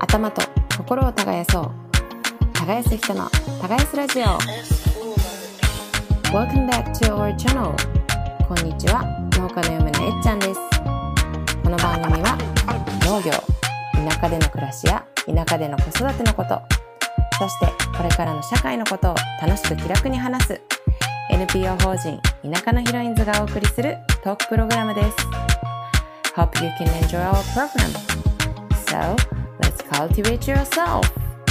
頭と心を耕そう。耕す人の耕すラジオ。 Welcome back to our channel。 こんにちは、農家の嫁のえっちゃんです。この番組は農業、田舎での暮らしや田舎での子育てのこと、そしてこれからの社会のことを楽しく気楽に話す NPO 法人田舎のヒロインズがお送りするトークプログラムです。 Hope you can enjoy our program. So, let's cultivate yourself.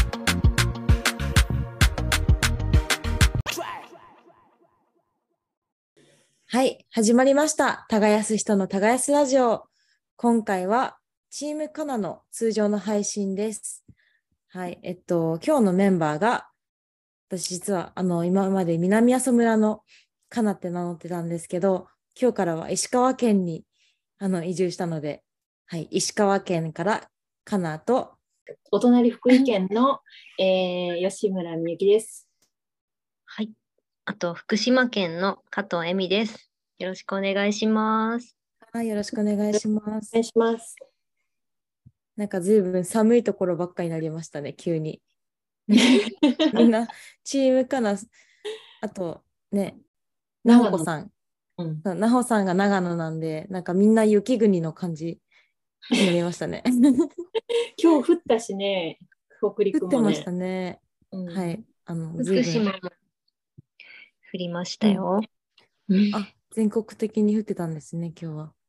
はい、始まりました。耕す人の耕すラジオ。今回はチームカナの通常の配信です。はい、今日のメンバーが、私実は今まで南阿蘇村のカナって名乗ってたんですけど、今日からは石川県に移住したので、はい、石川県からカナとお隣福井県の、吉村みゆきです。 はい。あと、福島県の加藤恵美です。よろしくお願いします。 はい、よろしくお願いします。 お願いします。 なんか随分寒いところばっかりになりましたね、急に。みんなチームかな。あとね、なほこさん。なほさんが長野なんで、なんかみんな雪国の感じになりましたね。 今日降ったしね、北陸もね。 降ってましたね。はい。 福島も降りましたよ。 あ、全国的に降ってたんですね、今日は。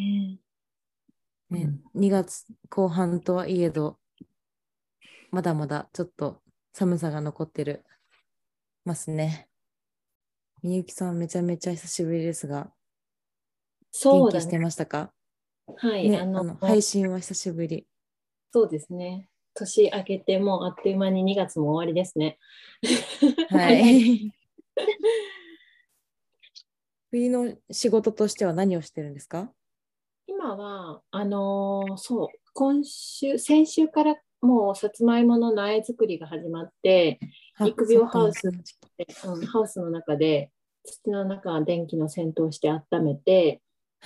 ね、2月後半とはいえど、まだまだちょっと寒さが残ってるますね。みゆきさん、めちゃめちゃ久しぶりですが、元気してましたか？ はい、 ね、配信は久しぶり。 そうですね。年明けてもうあっという間に2月も終わりですね。 はい。冬の仕事としては何をしてるんですか？ 今は先週からもうさつまいもの苗作りが始まって、育苗ハウスの中で土の中電気の先頭して温めて、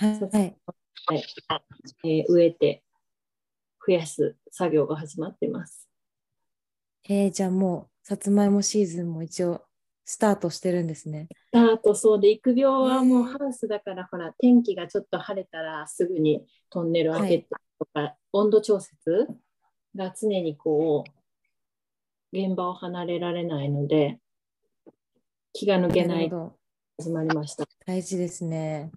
植えて増やす作業が始まってます。 じゃあもうさつまいもシーズンも一応スタートしてるんですね。 スタート、そうで、育苗はもうハウスだから、ほら天気がちょっと晴れたらすぐにトンネル開けてとか、温度調節が常にこう現場を離れられないので気が抜けない始まりました。 大事ですね。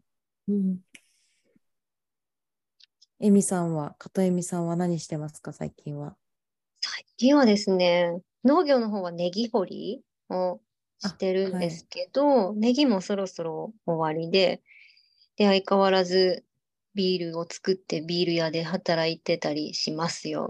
加藤恵美さんは何してますか、最近は？ 最近はですね、農業の方はネギ掘りをしてるんですけど、ネギもそろそろ終わりで、相変わらずビールを作ってビール屋で働いてたりしますよ。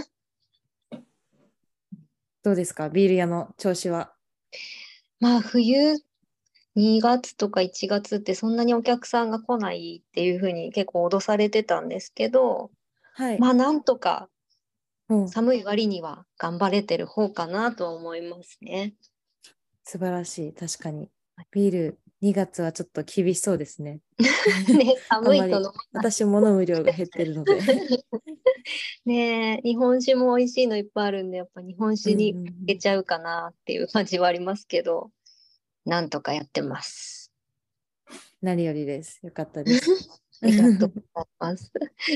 どうですか、ビール屋の調子は？ まあ冬2月とか1月ってそんなにお客さんが来ないっていうふうに結構脅されてたんですけど、まあなんとか寒い割には頑張れてる方かなとは思いますね。 素晴らしい。確かにビール2月はちょっと厳しそうですね。 ね、寒いと私も飲む量が減ってるのでね、日本酒も美味しいのいっぱいあるんで、やっぱ日本酒にいけちゃうかなっていう感じはありますけど、なんとかやってます。 何よりです。よかったです。 ありがとうございます。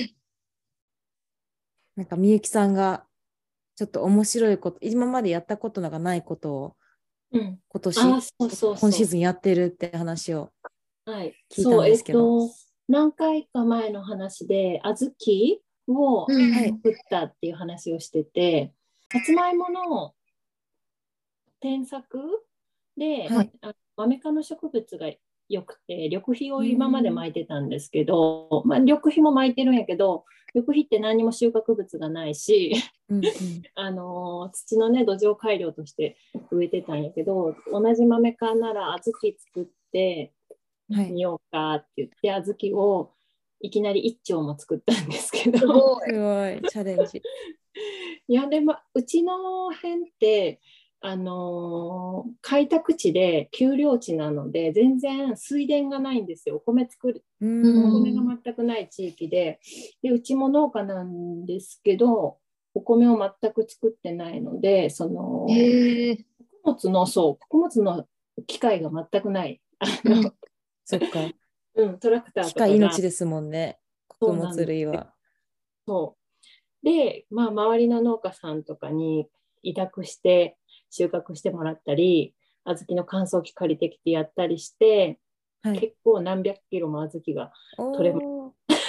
なんかみゆきさんがちょっと面白いこと、今までやったことがないことを、今シーズンやってるって話を聞いたんですけど、 何回か前の話で小豆を作ったっていう話をしてて、さつまいもの転作で、マメ科の植物がよくて緑肥を今まで巻いてたんですけど、緑肥も巻いてるんやけど、緑肥って何も収穫物がないし土のね土壌改良として植えてたんやけど、同じマメ科なら小豆作ってみようかって言って、小豆をいきなり1丁も作ったんですけど、 すごいチャレンジ。 いやでもうちの辺って開拓地で丘陵地なので全然水田がないんですよ。お米が全くない地域で、うちも農家なんですけど、 お米を全く作ってないので、その穀物の機械が全くない。 そっか。 トラクターとかが。 機械命ですもんね、穀物類は。 そうで、周りの農家さんとかに委託して収穫してもらったり、小豆の乾燥機借りてきてやったりして、結構何百キロも小豆が取れます。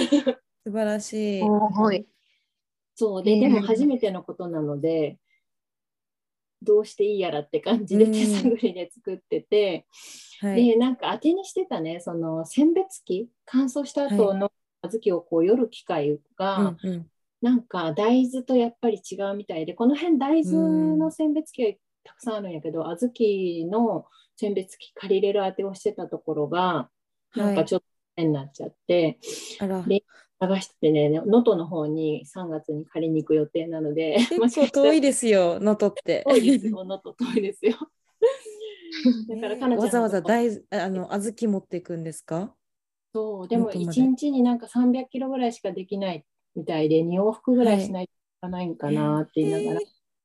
素晴らしい。 そうで、でも初めてのことなので、どうしていいやらって感じで手探りで作ってて、で、なんか当てにしてたね、その選別機、乾燥した後の小豆をこうよる機械が、なんか大豆とやっぱり違うみたいで、この辺大豆の選別機がたくさんあるんやけど、小豆の選別機借りれる当てをしてたところが、なんかちょっと変になっちゃって、で探してね、能登の方に3月に借りに行く予定なので、 結構遠いですよ、能登って。 遠いですよ、能登遠いですよ。だからかなちゃんわざわざ小豆持っていくんですか？ そう、でも1日になんか300キロぐらいしかできないみたいで、2往復ぐらいしないといけないんかなって言いながら。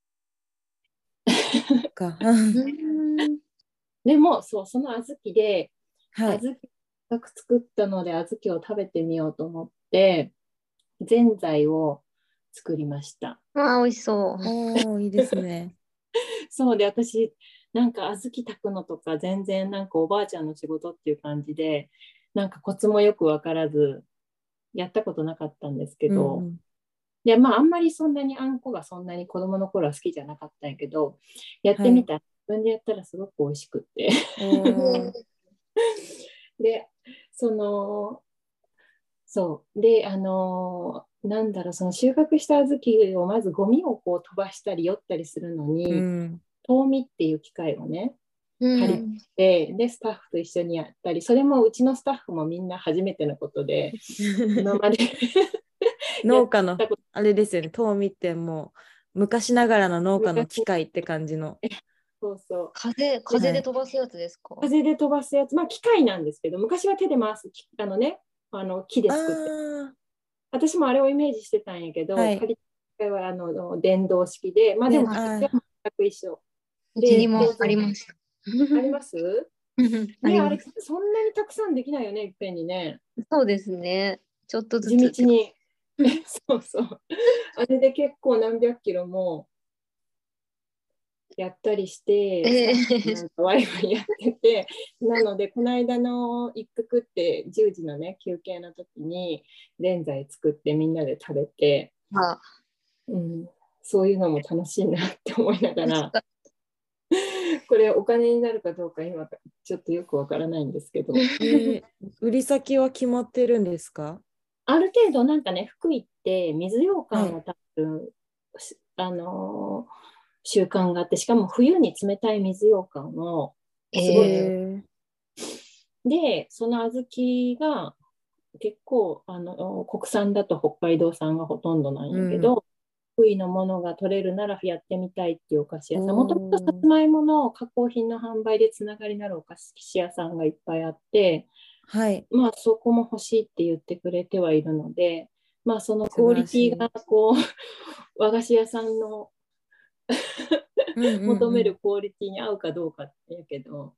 でもその小豆で、小豆が作ったので小豆を食べてみようと思ってぜんざいを作りました。 美味しそう。 いいですね。 そうで、私なんか小豆炊くのとか全然なんかおばあちゃんの仕事っていう感じで、なんかコツもよく分からずやったことなかったんですけど、であんまりそんなにあんこがそんなに子供の頃は好きじゃなかったんやけど、やってみたら、自分でやったらすごく美味しくってででなんだろう、その収穫した小豆をまずゴミをこう飛ばしたり寄ったりするのに、遠見っていう機械をね借りて、でスタッフと一緒にやったり、それもうちのスタッフもみんな初めてのことで今まで農家のあれですよね、遠見ってもう昔ながらの農家の機械って感じの。 そう風で飛ばすやつですか？ 風で飛ばすやつ、機械なんですけど、昔は手で回す木で作って、私もあれをイメージしてたんやけど、借りた機械は電動式で、でも全く一緒。 うちにもありました。 ありますね、あれそんなにたくさんできないよね、いっぺんにね。 そうですね、ちょっとずつ地道にあれで結構何百キロもやったりして、なんかワイワイやってて、なのでこの間の一服って10時のね休憩の時にぜんざい作ってみんなで食べて、そういうのも楽しいなって思いながらこれお金になるかどうか今ちょっとよくわからないんですけど、 売り先は決まってるんですか？ ある程度なんかね、福井って水羊羹を食べる、習慣があって、しかも冬に冷たい水羊羹をすごい、でその小豆が結構国産だと北海道産がほとんどなんやけど、福井のものが取れるならやってみたいっていうお菓子屋さん、もともとさつまいもの加工品の販売でつながりのあるお菓子屋さんがいっぱいあって、そこも欲しいって言ってくれてはいるので、そのクオリティがこう和菓子屋さんの求めるクオリティに合うかどうかってやけど、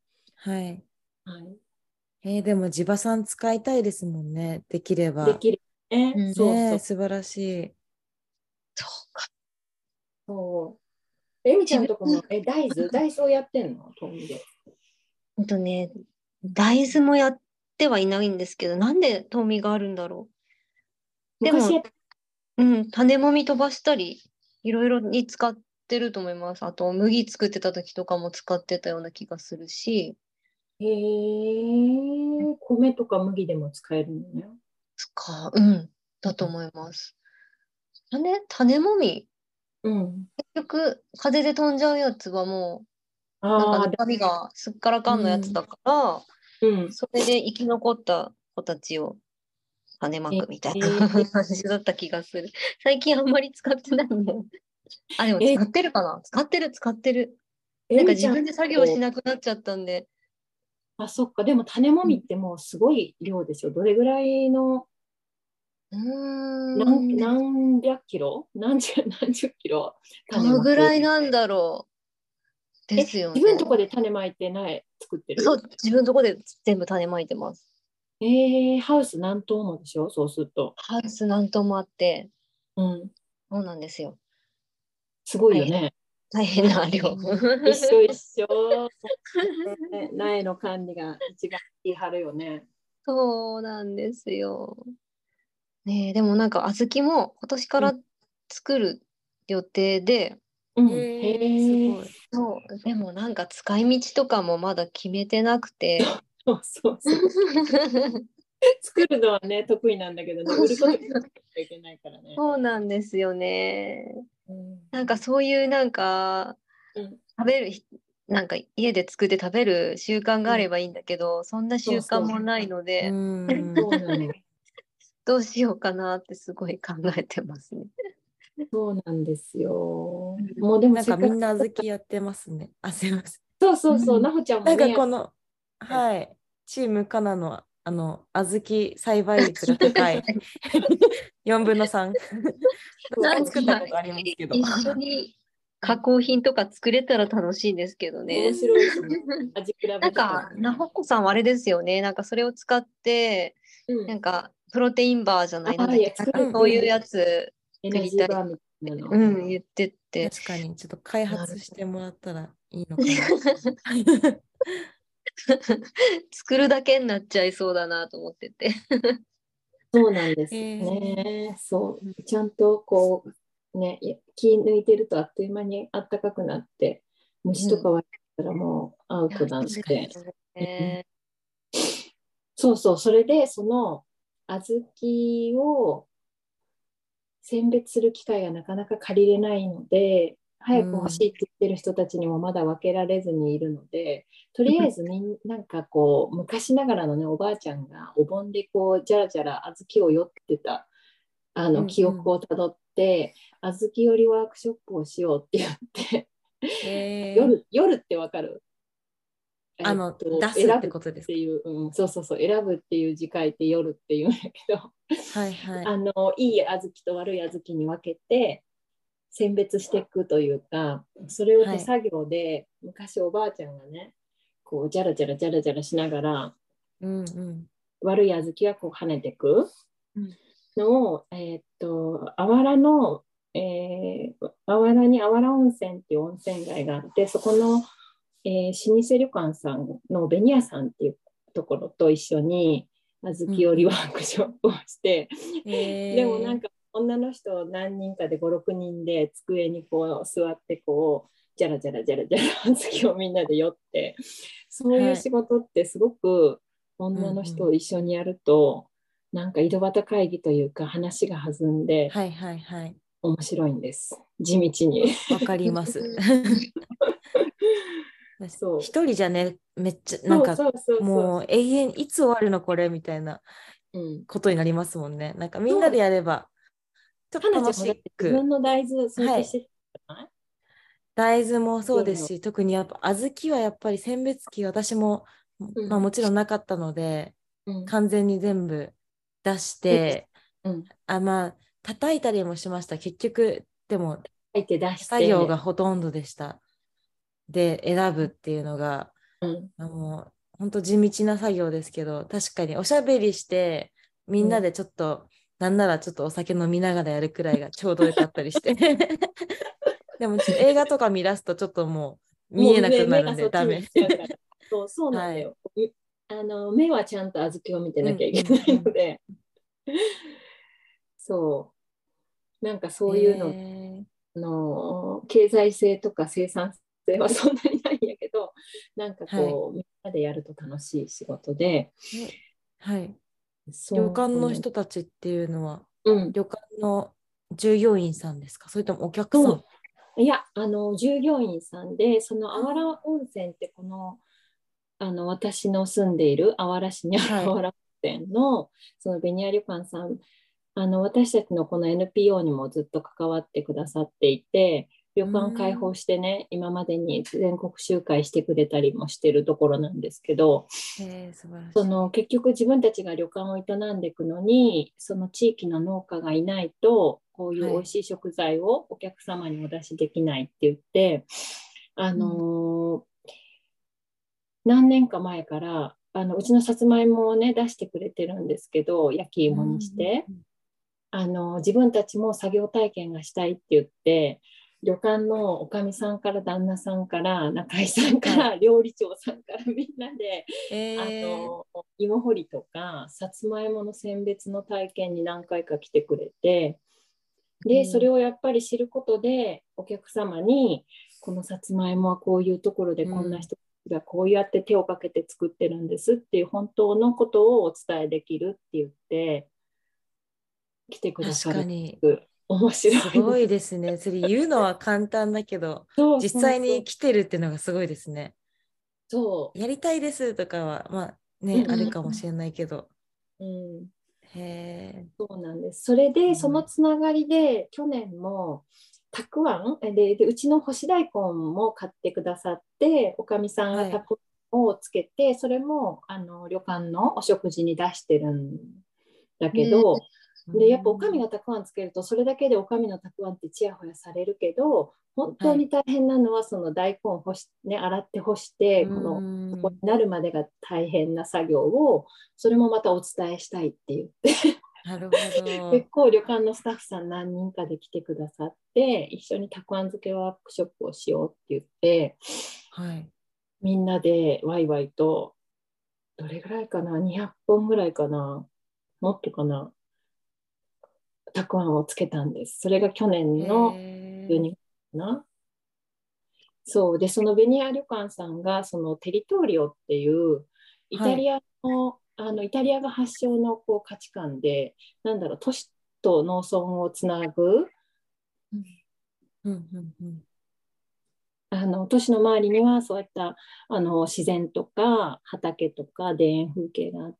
でも地場産使いたいですもんね、できれば。 できるね、 素晴らしい。 そうか。 えみちゃんとこも大豆をやってんの？豆で。 大豆もやってはいないんですけど、なんで豆があるんだろう。でも、種もみ飛ばしたり、いろいろに使ってると思います。あと、麦作ってた時とかも使ってたような気がするし。 米とか麦でも使えるのね。 だと思います。種もみ、結局、風で飛んじゃうやつはもう、なんか中身がすっからかんのやつだから、それで生き残った子たちを種まくみたいな感じだった気がする。最近あんまり使ってないんだよ。でも使ってるかな？使ってる。なんか自分で作業しなくなっちゃったんで。 そっか。でも種もみってもうすごい量でしょ。どれぐらいの何百キロ何十キロどのぐらいなんだろう。ですよね。 自分のとこで種まいて苗作ってる？ そう、自分のとこで全部種まいてます。 ハウス何棟もでしょ、そうすると。 ハウス何棟もあって、 うん。 そうなんですよ。 すごいよね。 大変な量。 一緒。苗の管理が一番いいはるよね。 そうなんですよ。ね、でもなんか小豆も今年から作る予定で、 うん、 すごい。 そう、でもなんか使い道とかもまだ決めてなくて。 そう作るのはね、得意なんだけどね、売ることいけないからね。 そうなんですよね。なんかそういうなんか、食べる、なんか家で作って食べる習慣があればいいんだけど、そんな習慣もないので、 そうなの。 どうしようかなってすごい考えてますね。 そうなんですよ。もうでもなんかみんな小豆やってますね。あ、すいません。 そう、なほちゃんもね。 なんかこの、はい、チームカナの小豆栽培率が高い。4分の3。作ったことありますけど。 一緒に加工品とか作れたら楽しいんですけどね。 面白いしね。味比べなんか、なほこさんはあれですよね。なんかそれを使って、なんかプロテインバーじゃないなんだっけ、そういうやつ作りたい。言ってって。 確かに、ちょっと開発してもらったらいいのかな。 作るだけになっちゃいそうだなと思ってて。 そうなんですね。そう。ちゃんとこう、ね、気抜いてるとあっという間にあったかくなって、虫とかはったらもうアウトなんで。そう、それでその小豆を選別する機会がなかなか借りれないので、早く欲しいって言ってる人たちにもまだ分けられずにいるので、とりあえずなんかこう昔ながらのね、おばあちゃんがお盆でこうじゃらじゃら小豆をよってた記憶をたどって、小豆よりワークショップをしようって言って、夜ってわかる？ 出すってことですか？ そう、選ぶっていう字書いて夜っていうんやけど、いい小豆と悪い小豆に分けて選別していくというか、それを手作業で、昔おばあちゃんがね、こうジャラジャラしながら、悪い小豆はこう跳ねていくのを、あわらの、あわらにあわら温泉っていう温泉街があって、そこの、老舗旅館さんの紅屋さんっていうところと一緒に小豆織りワークショップをして、でもなんか女の人何人かで5、6人で机にこう座ってこうジャラ小豆をみんなで寄って、そういう仕事ってすごく女の人を一緒にやると、なんか井戸端会議というか話が弾んで、面白いんです、地道に。 わかります。一人じゃね、めっちゃなんかもう永遠いつ終わるのこれみたいなことになりますもんね。なんかみんなでやればちょっと楽しく。自分の大豆想定してた、 大豆もそうですし、特にやっぱ小豆はやっぱり選別機私も、まあ、もちろんなかったので、完全に全部出して、まあ叩いたりもしました。結局でも作業がほとんどでした。で選ぶっていうのが、もう本当地道な作業ですけど、確かにおしゃべりしてみんなでちょっと、なんならちょっとお酒飲みながらやるくらいがちょうどよかったりしてでも映画とか見出すとちょっともう見えなくなるんでダメ。 そうなんだよ、目はちゃんと小豆を見てなきゃいけないので、そうなんかそういうの、経済性とか生産性はそんなにないんやけど、なんかこう、みんなでやると楽しい仕事で、 旅館の人たちっていうのは、旅館の従業員さんですか、それともお客さん？ いや、従業員さんで、そのあわら温泉って私の住んでいるあわら市にあるあわら温泉の、そのベニヤ旅館さん、私たちのこの NPO にもずっと関わってくださっていて、 旅館開放してね、今までに全国周回してくれたりもしてるところなんですけど、 素晴らしい。 その結局自分たちが旅館を営んでいくのに、その地域の農家がいないと、こういう美味しい食材をお客様にお出しできないって言って、何年か前からうちのさつまいもをね出してくれてるんですけど、焼き芋にして、自分たちも作業体験がしたいって言って、旅館のおかみさんから旦那さんから中井さんから料理長さんからみんなで、芋掘りとかさつまいもの選別の体験に何回か来てくれて、でそれをやっぱり知ることでお客様にこのさつまいもはこういうところでこんな人がこうやって手をかけて作ってるんですっていう本当のことをお伝えできるって言って来てくださる。 確かに面白い。 すごいですね。それ言うのは簡単だけど、実際に来てるっていうのがすごいですね。 そう。 やりたいですとかは、まあね、あるかもしれないけど。 そうなんです。それで、そのつながりで、去年も、たくあんでうちの干し大根も買ってくださって、おかみさんがたくあんをつけて、それも旅館のお食事に出してるんだけど、でやっぱおかみがたくあんつけるとそれだけでおかみのたくあんってちやほやされるけど、本当に大変なのはその大根を洗って干してここになるまでが大変な作業を、それもまたお伝えしたいって言ってなるほど結構旅館のスタッフさん何人かで来てくださって、一緒にたくあん漬けワークショップをしようって言って、みんなでワイワイと、どれぐらいかな、200本ぐらいかな、もっとかな、たくあんをつけたんです。それが去年の12月かな。そうで、そのベニア旅館さんがそのテリトーリオっていうイタリアの、イタリアが発祥のこう価値観で、なんだろう、都市と農村をつなぐ、都市の周りにはそういった自然とか畑とか田園風景があって、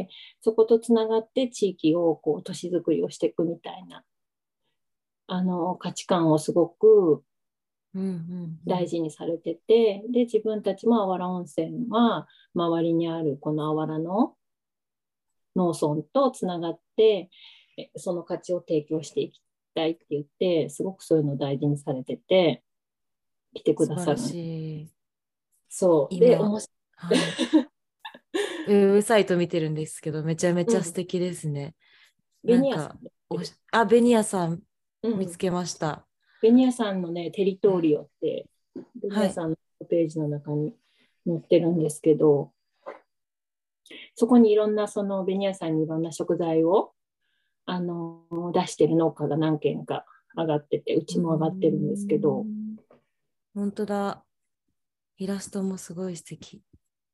そことつながって地域をこう都市づくりをしていくみたいな価値観をすごく大事にされてて、で自分たちもあわら温泉は周りにあるこのあわらの農村とつながってその価値を提供していきたいって言って、すごくそういうのを大事にされてて来てくださる。そうで面白いウェブサイト見てるんですけど、めちゃめちゃ素敵ですね。 ベニヤさん。 ベニヤさん見つけました。 ベニヤさんのね、テリトーリオって、ベニヤさんのページの中に載ってるんですけど、そこにいろんな、そのベニヤさんにいろんな食材を出してる農家が何軒か上がってて、うちも上がってるんですけど。 本当だ。イラストもすごい素敵。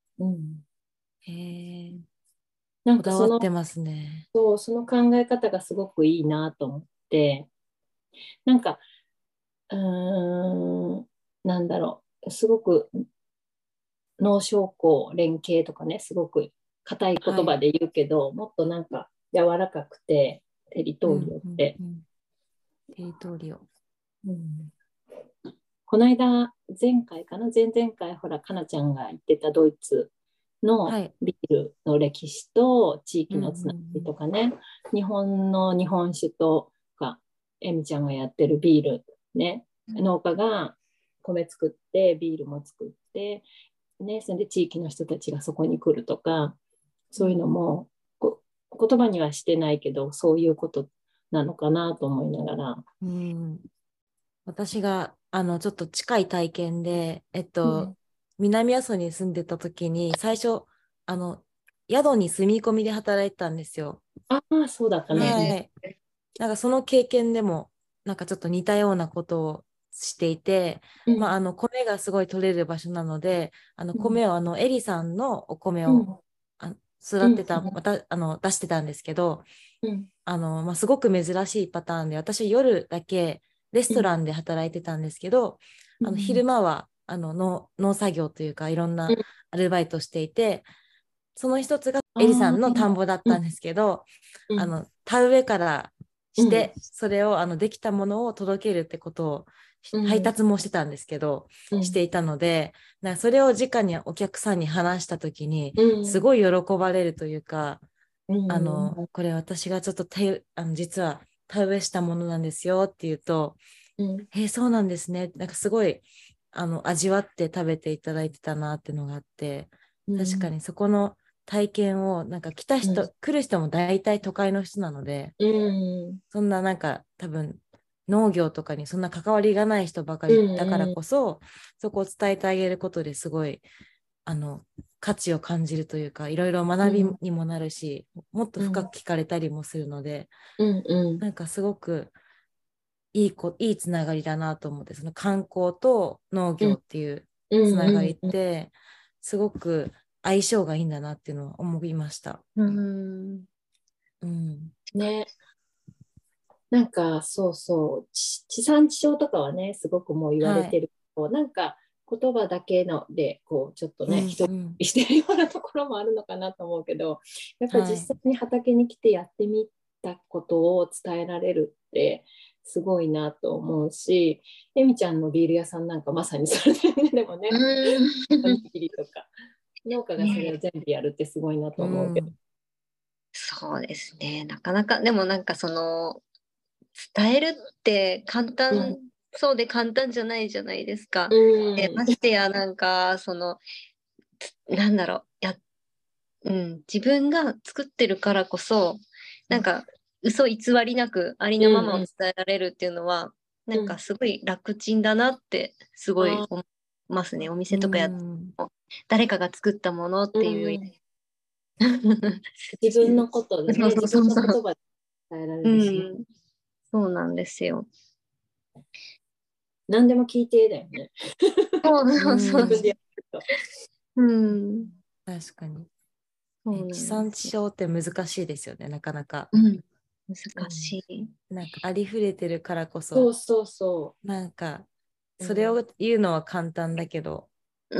なんかこだわってますね。 その考え方がすごくいいなと思って、なんか、なんだろう、すごく農商工連携とかね、すごく硬い言葉で言うけど、もっとなんか柔らかくて、テリトーリオって。 テリトーリオ。 この間、前回かな、前々回、ほら、かなちゃんが言ってたドイツのビールの歴史と地域のつながりとかね、日本の日本酒とか、エミちゃんがやってるビールね、農家が米作ってビールも作ってね、それで地域の人たちがそこに来るとか、そういうのも言葉にはしてないけど、そういうことなのかなと思いながら。 私がちょっと近い体験で、南阿蘇に住んでた時に最初宿に住み込みで働いてたんですよ。 ああ、そうだったね。 なんかその経験でもなんかちょっと似たようなことをしていて、米がすごい取れる場所なので、米をエリさんのお米を、育てた、出してたんですけど、すごく珍しいパターンで、私夜だけレストランで働いてたんですけど、昼間は農作業というかいろんなアルバイトしていて、その一つがエリさんの田んぼだったんですけど、田植えからして、それをできたものを届けるってことを、配達もしてたんですけど、していたので、それを直にお客さんに話した時に、すごい喜ばれるというか、これ私がちょっと実は田植えしたものなんですよって言うと、そうなんですね。すごい味わって食べていただいてたなっていうのがあって、確かにそこの体験を来る人も大体都会の人なので、そんな多分農業とかにそんな関わりがない人ばかりだからこそ、そこを伝えてあげることですごい価値を感じるというか、いろいろ学びにもなるし、もっと深く聞かれたりもするので、すごくいいつながりだなと思って、その観光と農業っていうつながりってすごく相性がいいんだなっていうのは思いました。 ね。そうそう、地産地消とかはね、すごくもう言われてる。言葉だけのでちょっとね、一人してるようなところもあるのかなと思うけど、やっぱり実際に畑に来てやってみたことを伝えられるってすごいなと思うし、えみちゃんのビール屋さんなんかまさにそれでね、でもね、おにぎりとか農家がそれを全部やるってすごいなと思うけど。 そうですね、なかなかでもその伝えるって簡単、そうで簡単じゃないじゃないですか。ましてやそのなんだろう、自分が作ってるからこそ嘘偽りなくありのままを伝えられるっていうのは、すごい楽ちんだなってすごい思いますね。お店とかやっても誰かが作ったものっていうより、 自分のことでね、自分の言葉で伝えられるし、 そうなんですよ。 何でも聞いてだよね。 そう確かに。地産地消って難しいですよね、なかなか。 難しい。 ありふれてるからこそ。それを言うのは簡単だけど、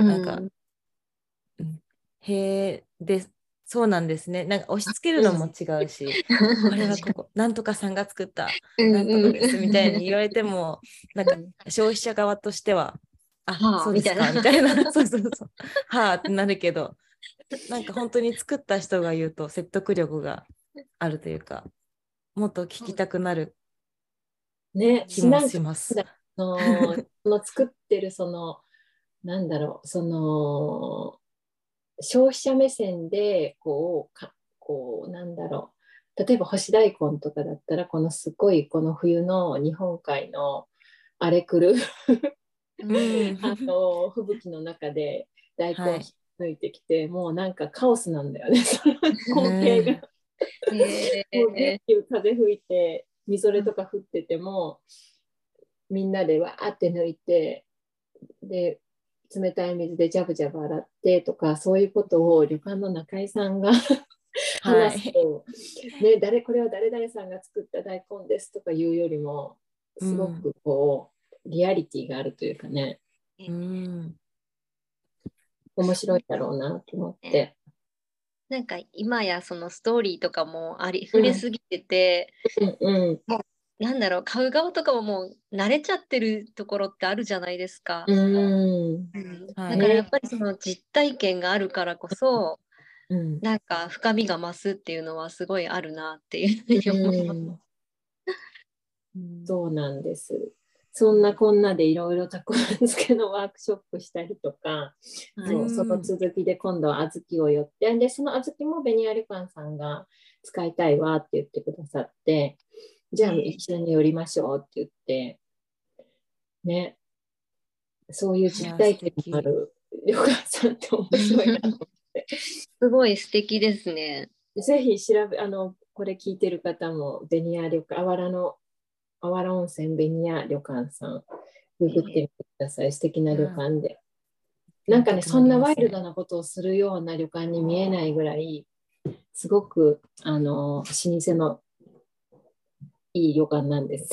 そうなんですね。押し付けるのも違うし、これはなんとかさんが作ったなんとかですみたいに言われても、消費者側としては、そうですかみたいな、はあってなるけど、本当に作った人が言うと説得力があるというか、もっと聞きたくなる気もします。 作ってる消費者目線で例えば干し大根とかだったらすごいこの冬の日本海の荒れ狂う吹雪の中で大根抜いてきて、もうカオスなんだよね、その光景が。もうゲッキュ風吹いてみぞれとか降ってても、みんなでわーって抜いて、で冷たい水でジャブジャブ洗ってとか、そういうことを旅館の中井さんが話すと、これは誰々さんが作った大根ですとかいうよりも、すごくリアリティがあるというかね、面白いだろうなと思って。 今やそのストーリーとかもありふれすぎてて、もう買う側とかももう慣れちゃってるところってあるじゃないですか。だからやっぱりその実体験があるからこそ、深みが増すっていうのはすごいあるなっていうふうに思います。 そうなんです。そんなこんなでいろいろたこ漬けのワークショップしたりとか、その続きで今度は小豆を寄って、でその小豆もベニア旅館さんが使いたいわって言ってくださって、じゃあ一緒に寄りましょうって言ってね、そういう実体験もある旅館さんって面白いなと思って。 すごい素敵ですね。 ぜひこれ聞いてる方もベニア旅館、あわら温泉ベニア旅館さん、ググってみてください。素敵な旅館で。そんなワイルドなことをするような旅館に見えないぐらい、すごく老舗のいい旅館なんです。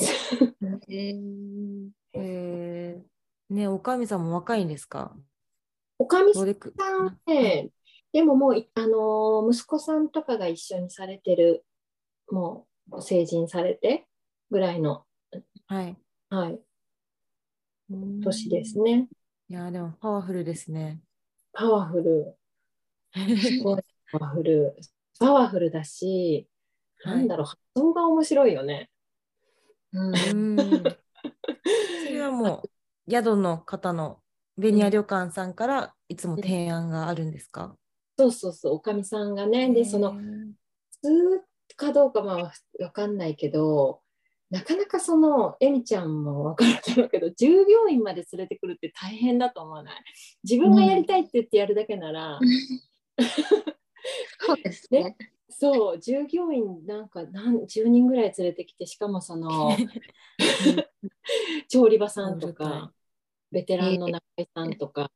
おかみさんも若いんですか？ おかみさんね、でももう息子さんとかが一緒にされてる、もう成人されて、 ぐらいの、 はい。 はい、年ですね。 いや、でもパワフルですね。 パワフル。すごいパワフル。パワフルだし、 はい。 発想が面白いよね。 うん。それはもう、宿の方のベニヤ旅館さんからいつもうん、 提案があるんですか？ そうそうそう、おかみさんがね、 へで、 ー。 普通かどうかわかんないけど、なかなかエミちゃんもわかると思うけど、従業員まで連れてくるって大変だと思わない？自分がやりたいって言ってやるだけなら、 そうですね、 ね。 そう、従業員10人ぐらい連れてきて、しかもうん。 調理場さんフとか、 ルタイム。 ベテランのえー中井さんとか、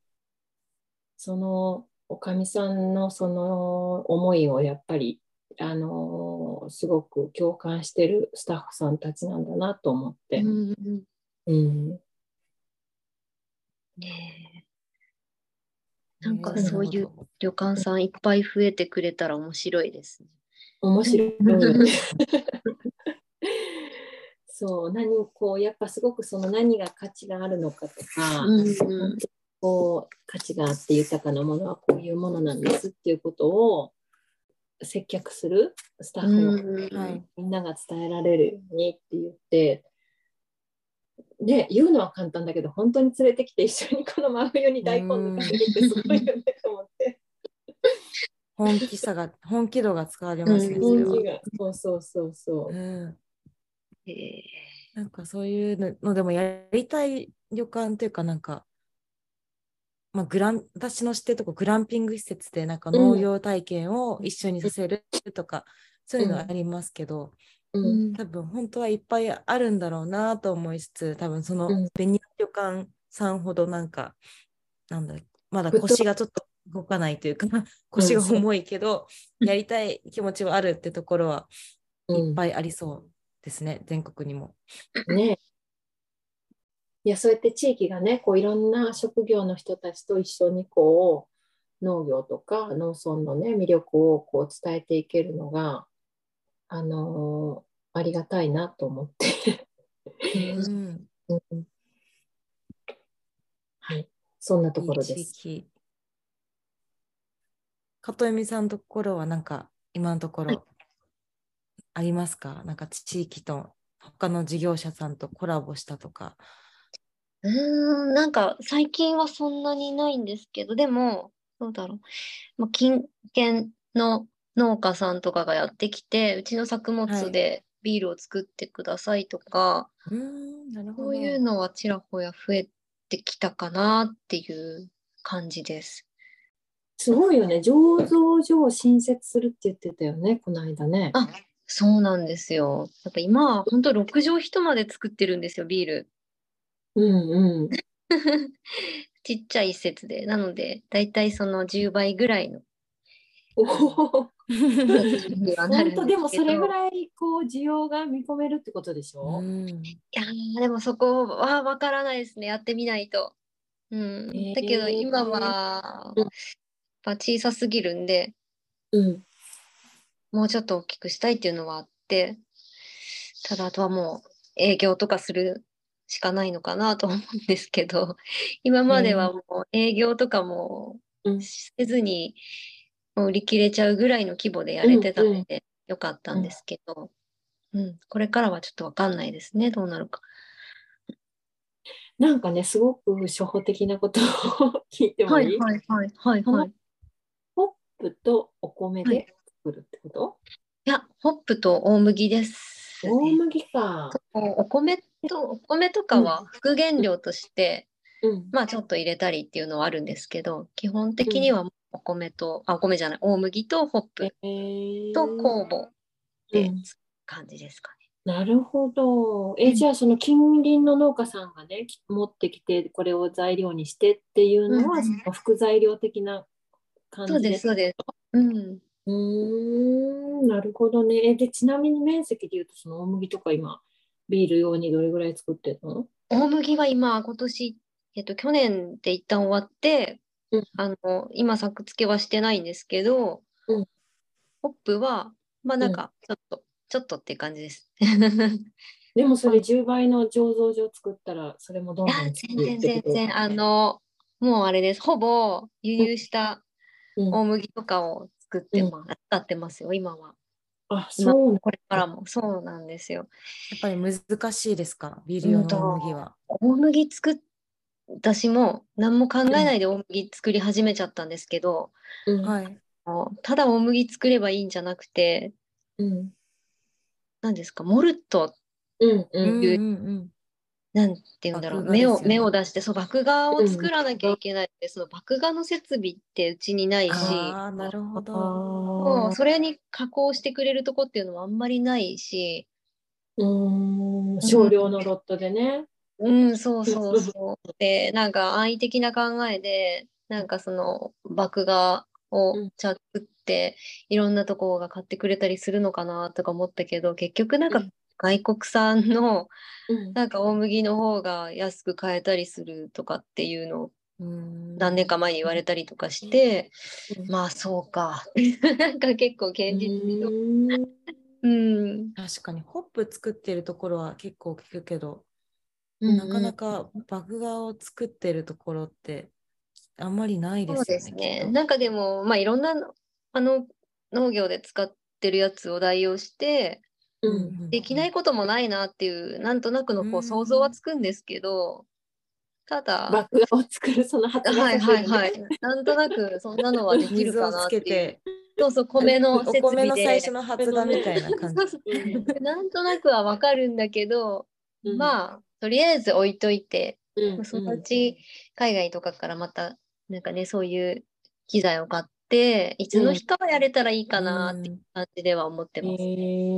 おかみさんのその思いをやっぱり、すごく共感してるスタッフさんたちなんだなと思って。 うんうん、 うん。 ねえ、なんかなうんそういうるほど。 旅館さんいっぱい増えてくれたら面白いですね。 面白いよね。そう、やっぱすごく何が価値があるのかとか、 うん本う当価値があって豊かなものはこういうものなんですっていうことを接客するスタッんフのはい。 みんなが伝えられるようにって言って、で、言うのは簡単だけど、本当に連れてきて一緒にこの真冬にう大根抜かせん。 るってすごいよねと思って。 本気度が使われうますね、それは。 本気が。そうそうそううそん。 ん、 なんかそういうのでもやりたい旅館というかなんか、まあ、私の知ってるとこグランピング施設でなんかう。うん。 農業体験を一緒にさせるとか、そういうのあうん。 りますけど、 うん。 うん、 多分本当はいっぱいあるんだろうなと思いつつ、多分そうん。 のベニヤ旅館さんほどなんか、なんだ、まだぶっと、 腰がちょっと動かないというか、 うん、そう。 腰が重いけど、やりたい気持ちはあるってところはうん。 いっぱいありそうですね、全国にも。 ね。いや、そうやって地域がね、いろんな職業の人たちと一緒に農業とか農村のね、魅力を伝えていけるのが、ありがたいなと思って。 ううん、 ん、 うん、はい。そんなといいころです。 地域。里弓さんのところはなんか今のとこはい、 ろありますか？なんか地域と他の事業者さんとコラボしたとか。 なんか最近はそんなにないんですけど、でも、どうだろう。まあ、近県の農家さんとかがやってきて、うちの作はい。 物でビールを作ってくださいとか、 なるほそういうど。 のはちらほら増えてきたかなっていう感じです。 すごいよね。醸造所を新設するって言ってたよね、この間ね。 あ、そうなんですよ。やっぱ今は本当6畳一間で作ってるんですよ、ビール。 うんうん。 ちっちゃい施設で。なので、だいたいその10倍ぐらいの、 おあの、 お、 値段にはな本当、 るんですでもそれぐけど、 らい需要が見込めるってことでしうょ？ ん。 いやー、でもそこはわからないですね。やってみないと。うん。だけどえ今え、 は、やっぱ小さすぎるんで、 うん。 もうちょっと大きくしたいっていうのはあって、ただあとはもう営業とかするしかないのかなと思うんですけど、今まではええ、 もう営業とかもうん。 せずに、もう売り切れちゃうぐらいの規模でやれてたのうんうんでよかったうん。 んですけど、うん、これからはちょっとわかんないですね、どうなるか。 なんかね、すごく初歩的なことを聞いてもはいいい？ はいはいはいこのはい。 ホップとお米はい。 で作るってこと？ いや、ホップと大麦ですね。 大麦か。 お米とかうん、 は副原料として、 うん、 まあちょっと入れたりっていうのはあるんですけど、基本的にうん。 はお米じゃない、大麦とホップとええ、 酵母でうん。 感じですかなるほど。 ね。 じゃあその近隣の農家さんがね、持ってきて、これを材料にしてっていううん。 のは、その副材料的なそうです、 感じで。 そうです。うん。 うーん、なるほどね。で、ちなみに面積で言うと、その大麦とか今、ビール用にどれぐらい作ってるの？ 大麦は今年、去年で一旦終わって、 うん、 今作付けはしてないんですけど、 うん、 ホップは、まあなんうん。 か、ちょっとっていう感じです。 でもそれ10倍の醸造所作ったら、それもどんどん作るってこと？ 全然、もうあれです。ほぼ輸入した大麦とかを作って使ってますよ、今は。 そうこれからも。そうなんですよ。 やっぱり難しいですか、ビール用の大麦は。 大麦私も何も考えないで大麦作り始めちゃったんですけど、 はい。 ただ大麦作ればいいんじゃなくて、何ですか、モルトっていう、なんて言うんだろう、芽を出して、そう、麦芽を作らなきゃいけないで、その麦芽の設備ってうちにないし、 なるほど。 それに加工してくれるとこっていうのもあんまりないし、 少量のロットでね。 そうそうそう。で、なんか安易的な考えで、なんかその麦芽を作って、いろんなところが買ってくれたりするのかなとか思ったけど、結局なんか外国産のなんか大麦の方が安く買えたりするとかっていうのを何年か前に言われたりとかして、まあそうか。なんか結構現実味を。 確かにホップ作ってるところは結構聞くけど、なかなか麦芽を作ってるところってあんまりないですよね。 そうですね。なんかでも、まあいろんな農業で使ってるやつを代用して、できないこともないなっていう、なんとなくのこう想像はつくんですけど、ただ、 麦芽を作るその発芽はいはいはい。なんとなくそんなのはできるかなっていう。そうそう、 お米の最設備で。 初の発芽みたいな感じ。 なんとなくはわかるんだけど、まあ、とりあえず置いといて、そのうち海外とかからまた、なんかね、そういう機材を買って、いつの日かはやれたらいいかなっていう感じでは思ってます。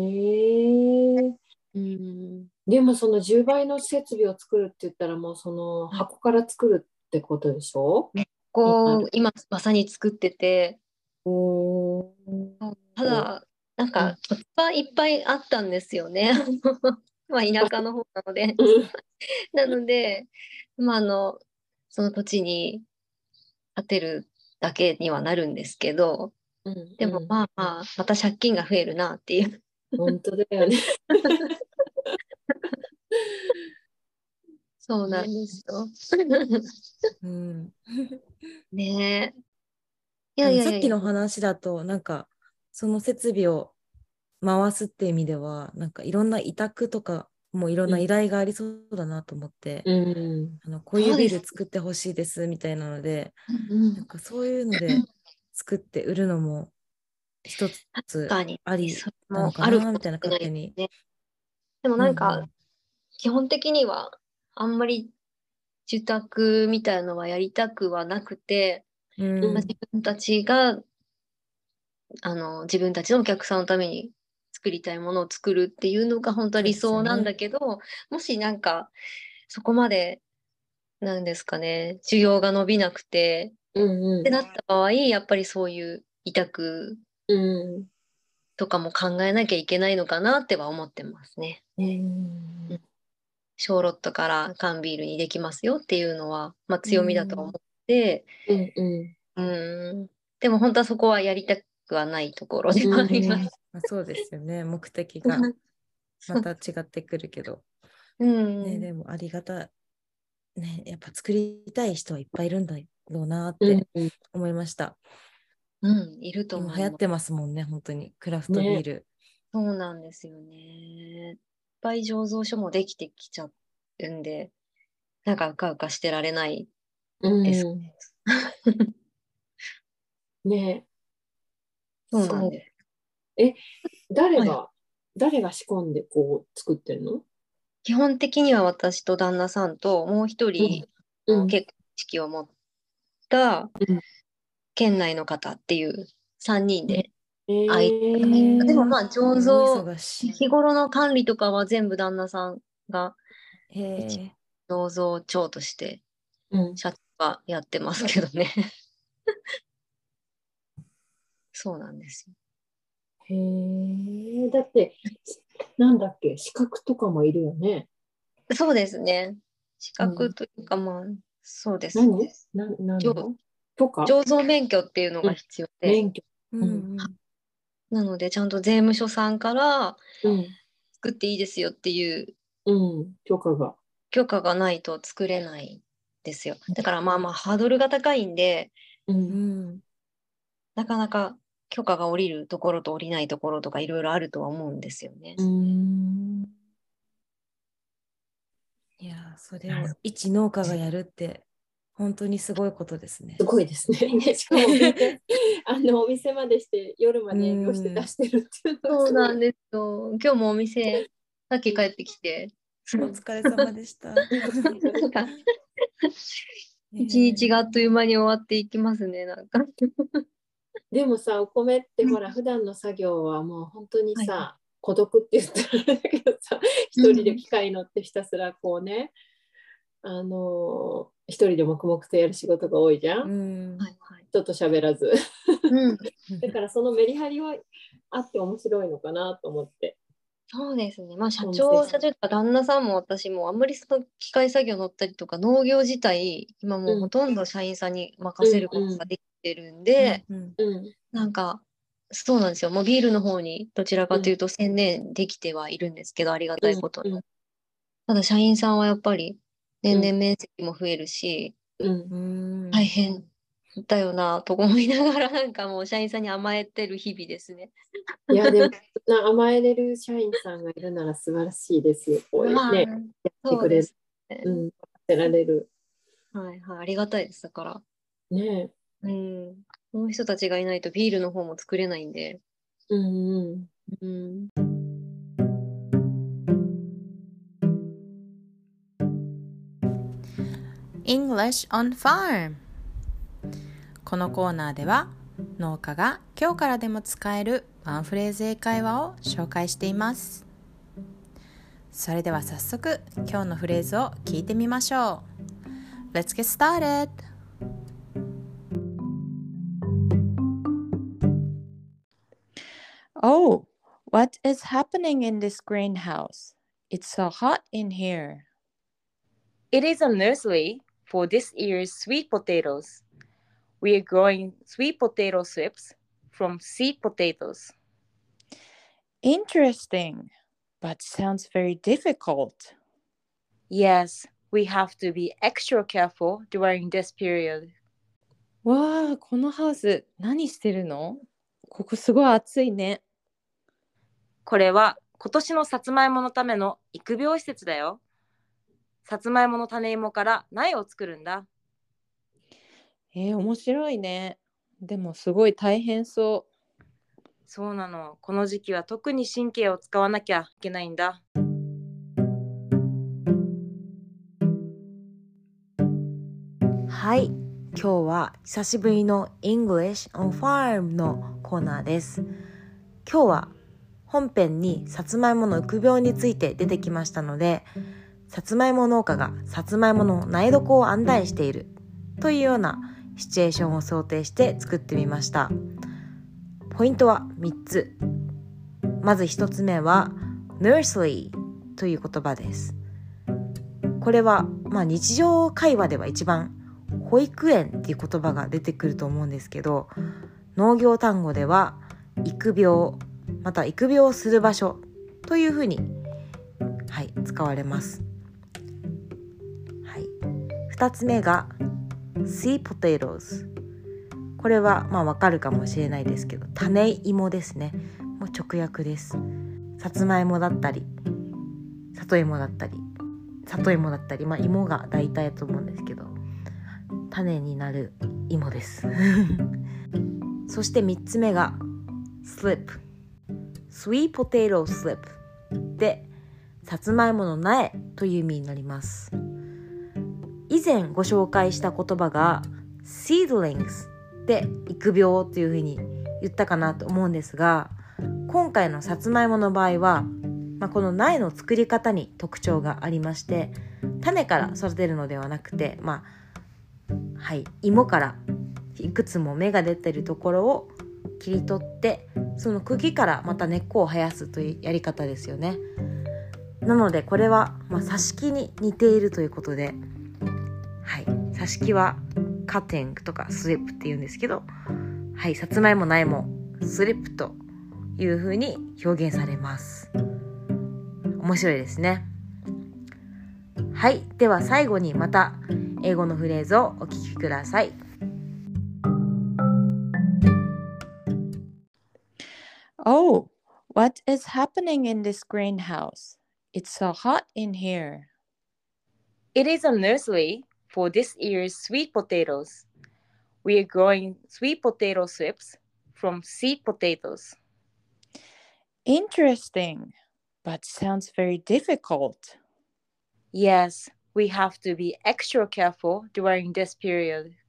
でもその10倍の設備を作るって言ったらもうその箱から作るってことでしょ？ 今まさに作ってて、ただ、なんか、土地はいっぱいあったんですよね。まあ、田舎の方なので。なので、まあ、その土地に建てるだけにはなるんですけど、でもまあまあ、また借金が増えるなっていう。 本当だよね。 そうなんですよ。ねえ。 でもさっきの話だと、なんか、その設備を回すって意味では、なんかいろんな委託とか、もういろんな依頼がありそうだなと思って、こういうビール作ってほしいですみたいなので、なんかそういうので作って売るのも一つありなのかなみたいな勝手に。 でもなんか、基本的にはあんまり受託みたいなのはやりたくはなくて、自分たちが自分たちのお客さんのために作りたいものを作るっていうのが本当は理想なんだけど、もしなんかそこまでなんですかね、需要が伸びなくて、ってなった場合、やっぱりそういう委託とかも考えなきゃいけないのかなっては思ってますね。小ロットから缶ビールにできますよっていうのは、まあ、強みだと思って、でも本当はそこはやりたくはないところではあります。 そうですよね、目的がまた違ってくるけど。でもありがたい。ね、やっぱ作りたい人はいっぱいいるんだろうなって思いました。 いると思う。 今流行ってますもんね、本当にクラフトビール。 そうなんですよね。いっぱい醸造所もできてきちゃうんで、なんかうかうかしてられないですね。 ね。 そうなんです。 誰が仕込んでこう作ってるの？ 基本的には私と旦那さんともう一人、結構知識を持った県内の方っていう3人ででもまあ醸造、日頃の管理とかは全部旦那さんが醸造長として社長がやってますけどね。そうなんですよ。 だって、なんだっけ、資格とかもいるよね。 そうですね。資格というか、まあ、そうですね。醸造免許っていうのが必要で。 免許。 なので、ちゃんと税務署さんから作っていいですよっていう許可がないと作れないですよ。だからまあハードルが高いんで、なかなか許可が下りるところと下りないところとかいろいろあるとは思うんですよね。 いや、それを一農家がやるって本当にすごいことですね。 すごいですね。しかもお店までして夜まで営業して出してるっていうのはそうなんですよ。今日もお店さっき帰ってきて、 お疲れ様でした。 一日があっという間に終わっていきますね、なんか。 でもさ、お米ってほら、普段の作業はもう本当にさ、孤独って言ったらあれだけどさ、一人で機械乗ってひたすらこうね、一人で黙々とやる仕事が多いじゃん。人と喋らず。だからそのメリハリはあって面白いのかなと思って。 そうですね。まあ社長とか旦那さんも私もあんまりその機械作業乗ったりとか農業自体今もうほとんど社員さんに任せることができてるんで、なんかそうなんですよ。もうビールの方にどちらかというと専念できてはいるんですけど、ありがたいことに。ただ社員さんはやっぱり年々面積も増えるし、大変だよなと思いながらなんかもう社員さんに甘えてる日々ですね。 いやでも甘えれる社員さんがいるなら素晴らしいですよ。こうね、やってくれる、任せられる。 ありがたいです。だからね、 この人たちがいないとビールの方も作れないんで。 English on Farm。 このコーナーでは農家が今日からでも使えるワンフレーズ英会話を紹介しています。それでは早速今日のフレーズを聞いてみましょう。 Let's get started! Oh, what is happening in this greenhouse? It's so hot in here. It is a nursery for this year's sweet potatoes. We are growing sweet potato slips from seed potatoes. Interesting, but sounds very difficult. Yes, we have to be extra careful during this period. わあ、このハウス何してるの？ここすごい暑いね。 これは今年のさつまいものための育苗施設だよ。さつまいもの種芋から苗を作るんだ。 面白いね。でもすごい大変そう。 そうなの。この時期は特に神経を使わなきゃいけないんだ。 はい、今日は久しぶりの English on Farm のコーナーです。今日は本編にさつまいもの育苗について出てきましたので、さつまいも農家がさつまいもの苗床を案内しているというようなシチュエーションを想定して作ってみました。ポイントは3つ。まず1つ目は nursery という言葉です。これは、日常会話では一番保育園っていう言葉が出てくると思うんですけど、農業単語では育苗また育苗する場所というふうに、使われます。2つ目が seed potatoes。 これはわかるかもしれないですけど、種芋ですね。もう直訳です。さつまいもだったり里芋だったり芋が大体だと思うんですけど、種になる芋ですそして3つ目が slip sweet potato slip で、さつまいもの苗という意味になります。以前ご紹介した言葉が seedlings で育苗というふうに言ったかなと思うんですが、今回のさつまいもの場合は、この苗の作り方に特徴がありまして、種から育てるのではなくて、芋からいくつも芽が出ているところを切り取って、その茎からまた根っこを生やすというやり方ですよね。なのでこれは挿し木に似ているということで、挿し木はカティングとかスリップって言うんですけど、さつまいも苗もスリップという風に表現されます。面白いですね。 はい、では最後にまた英語のフレーズをお聞きください。 Oh, what is happening in this greenhouse? It's so hot in here. It is a nursery for this year's sweet potatoes. We are growing sweet potato slips from seed potatoes. Interesting, but sounds very difficult. Yes, we have to be extra careful during this period.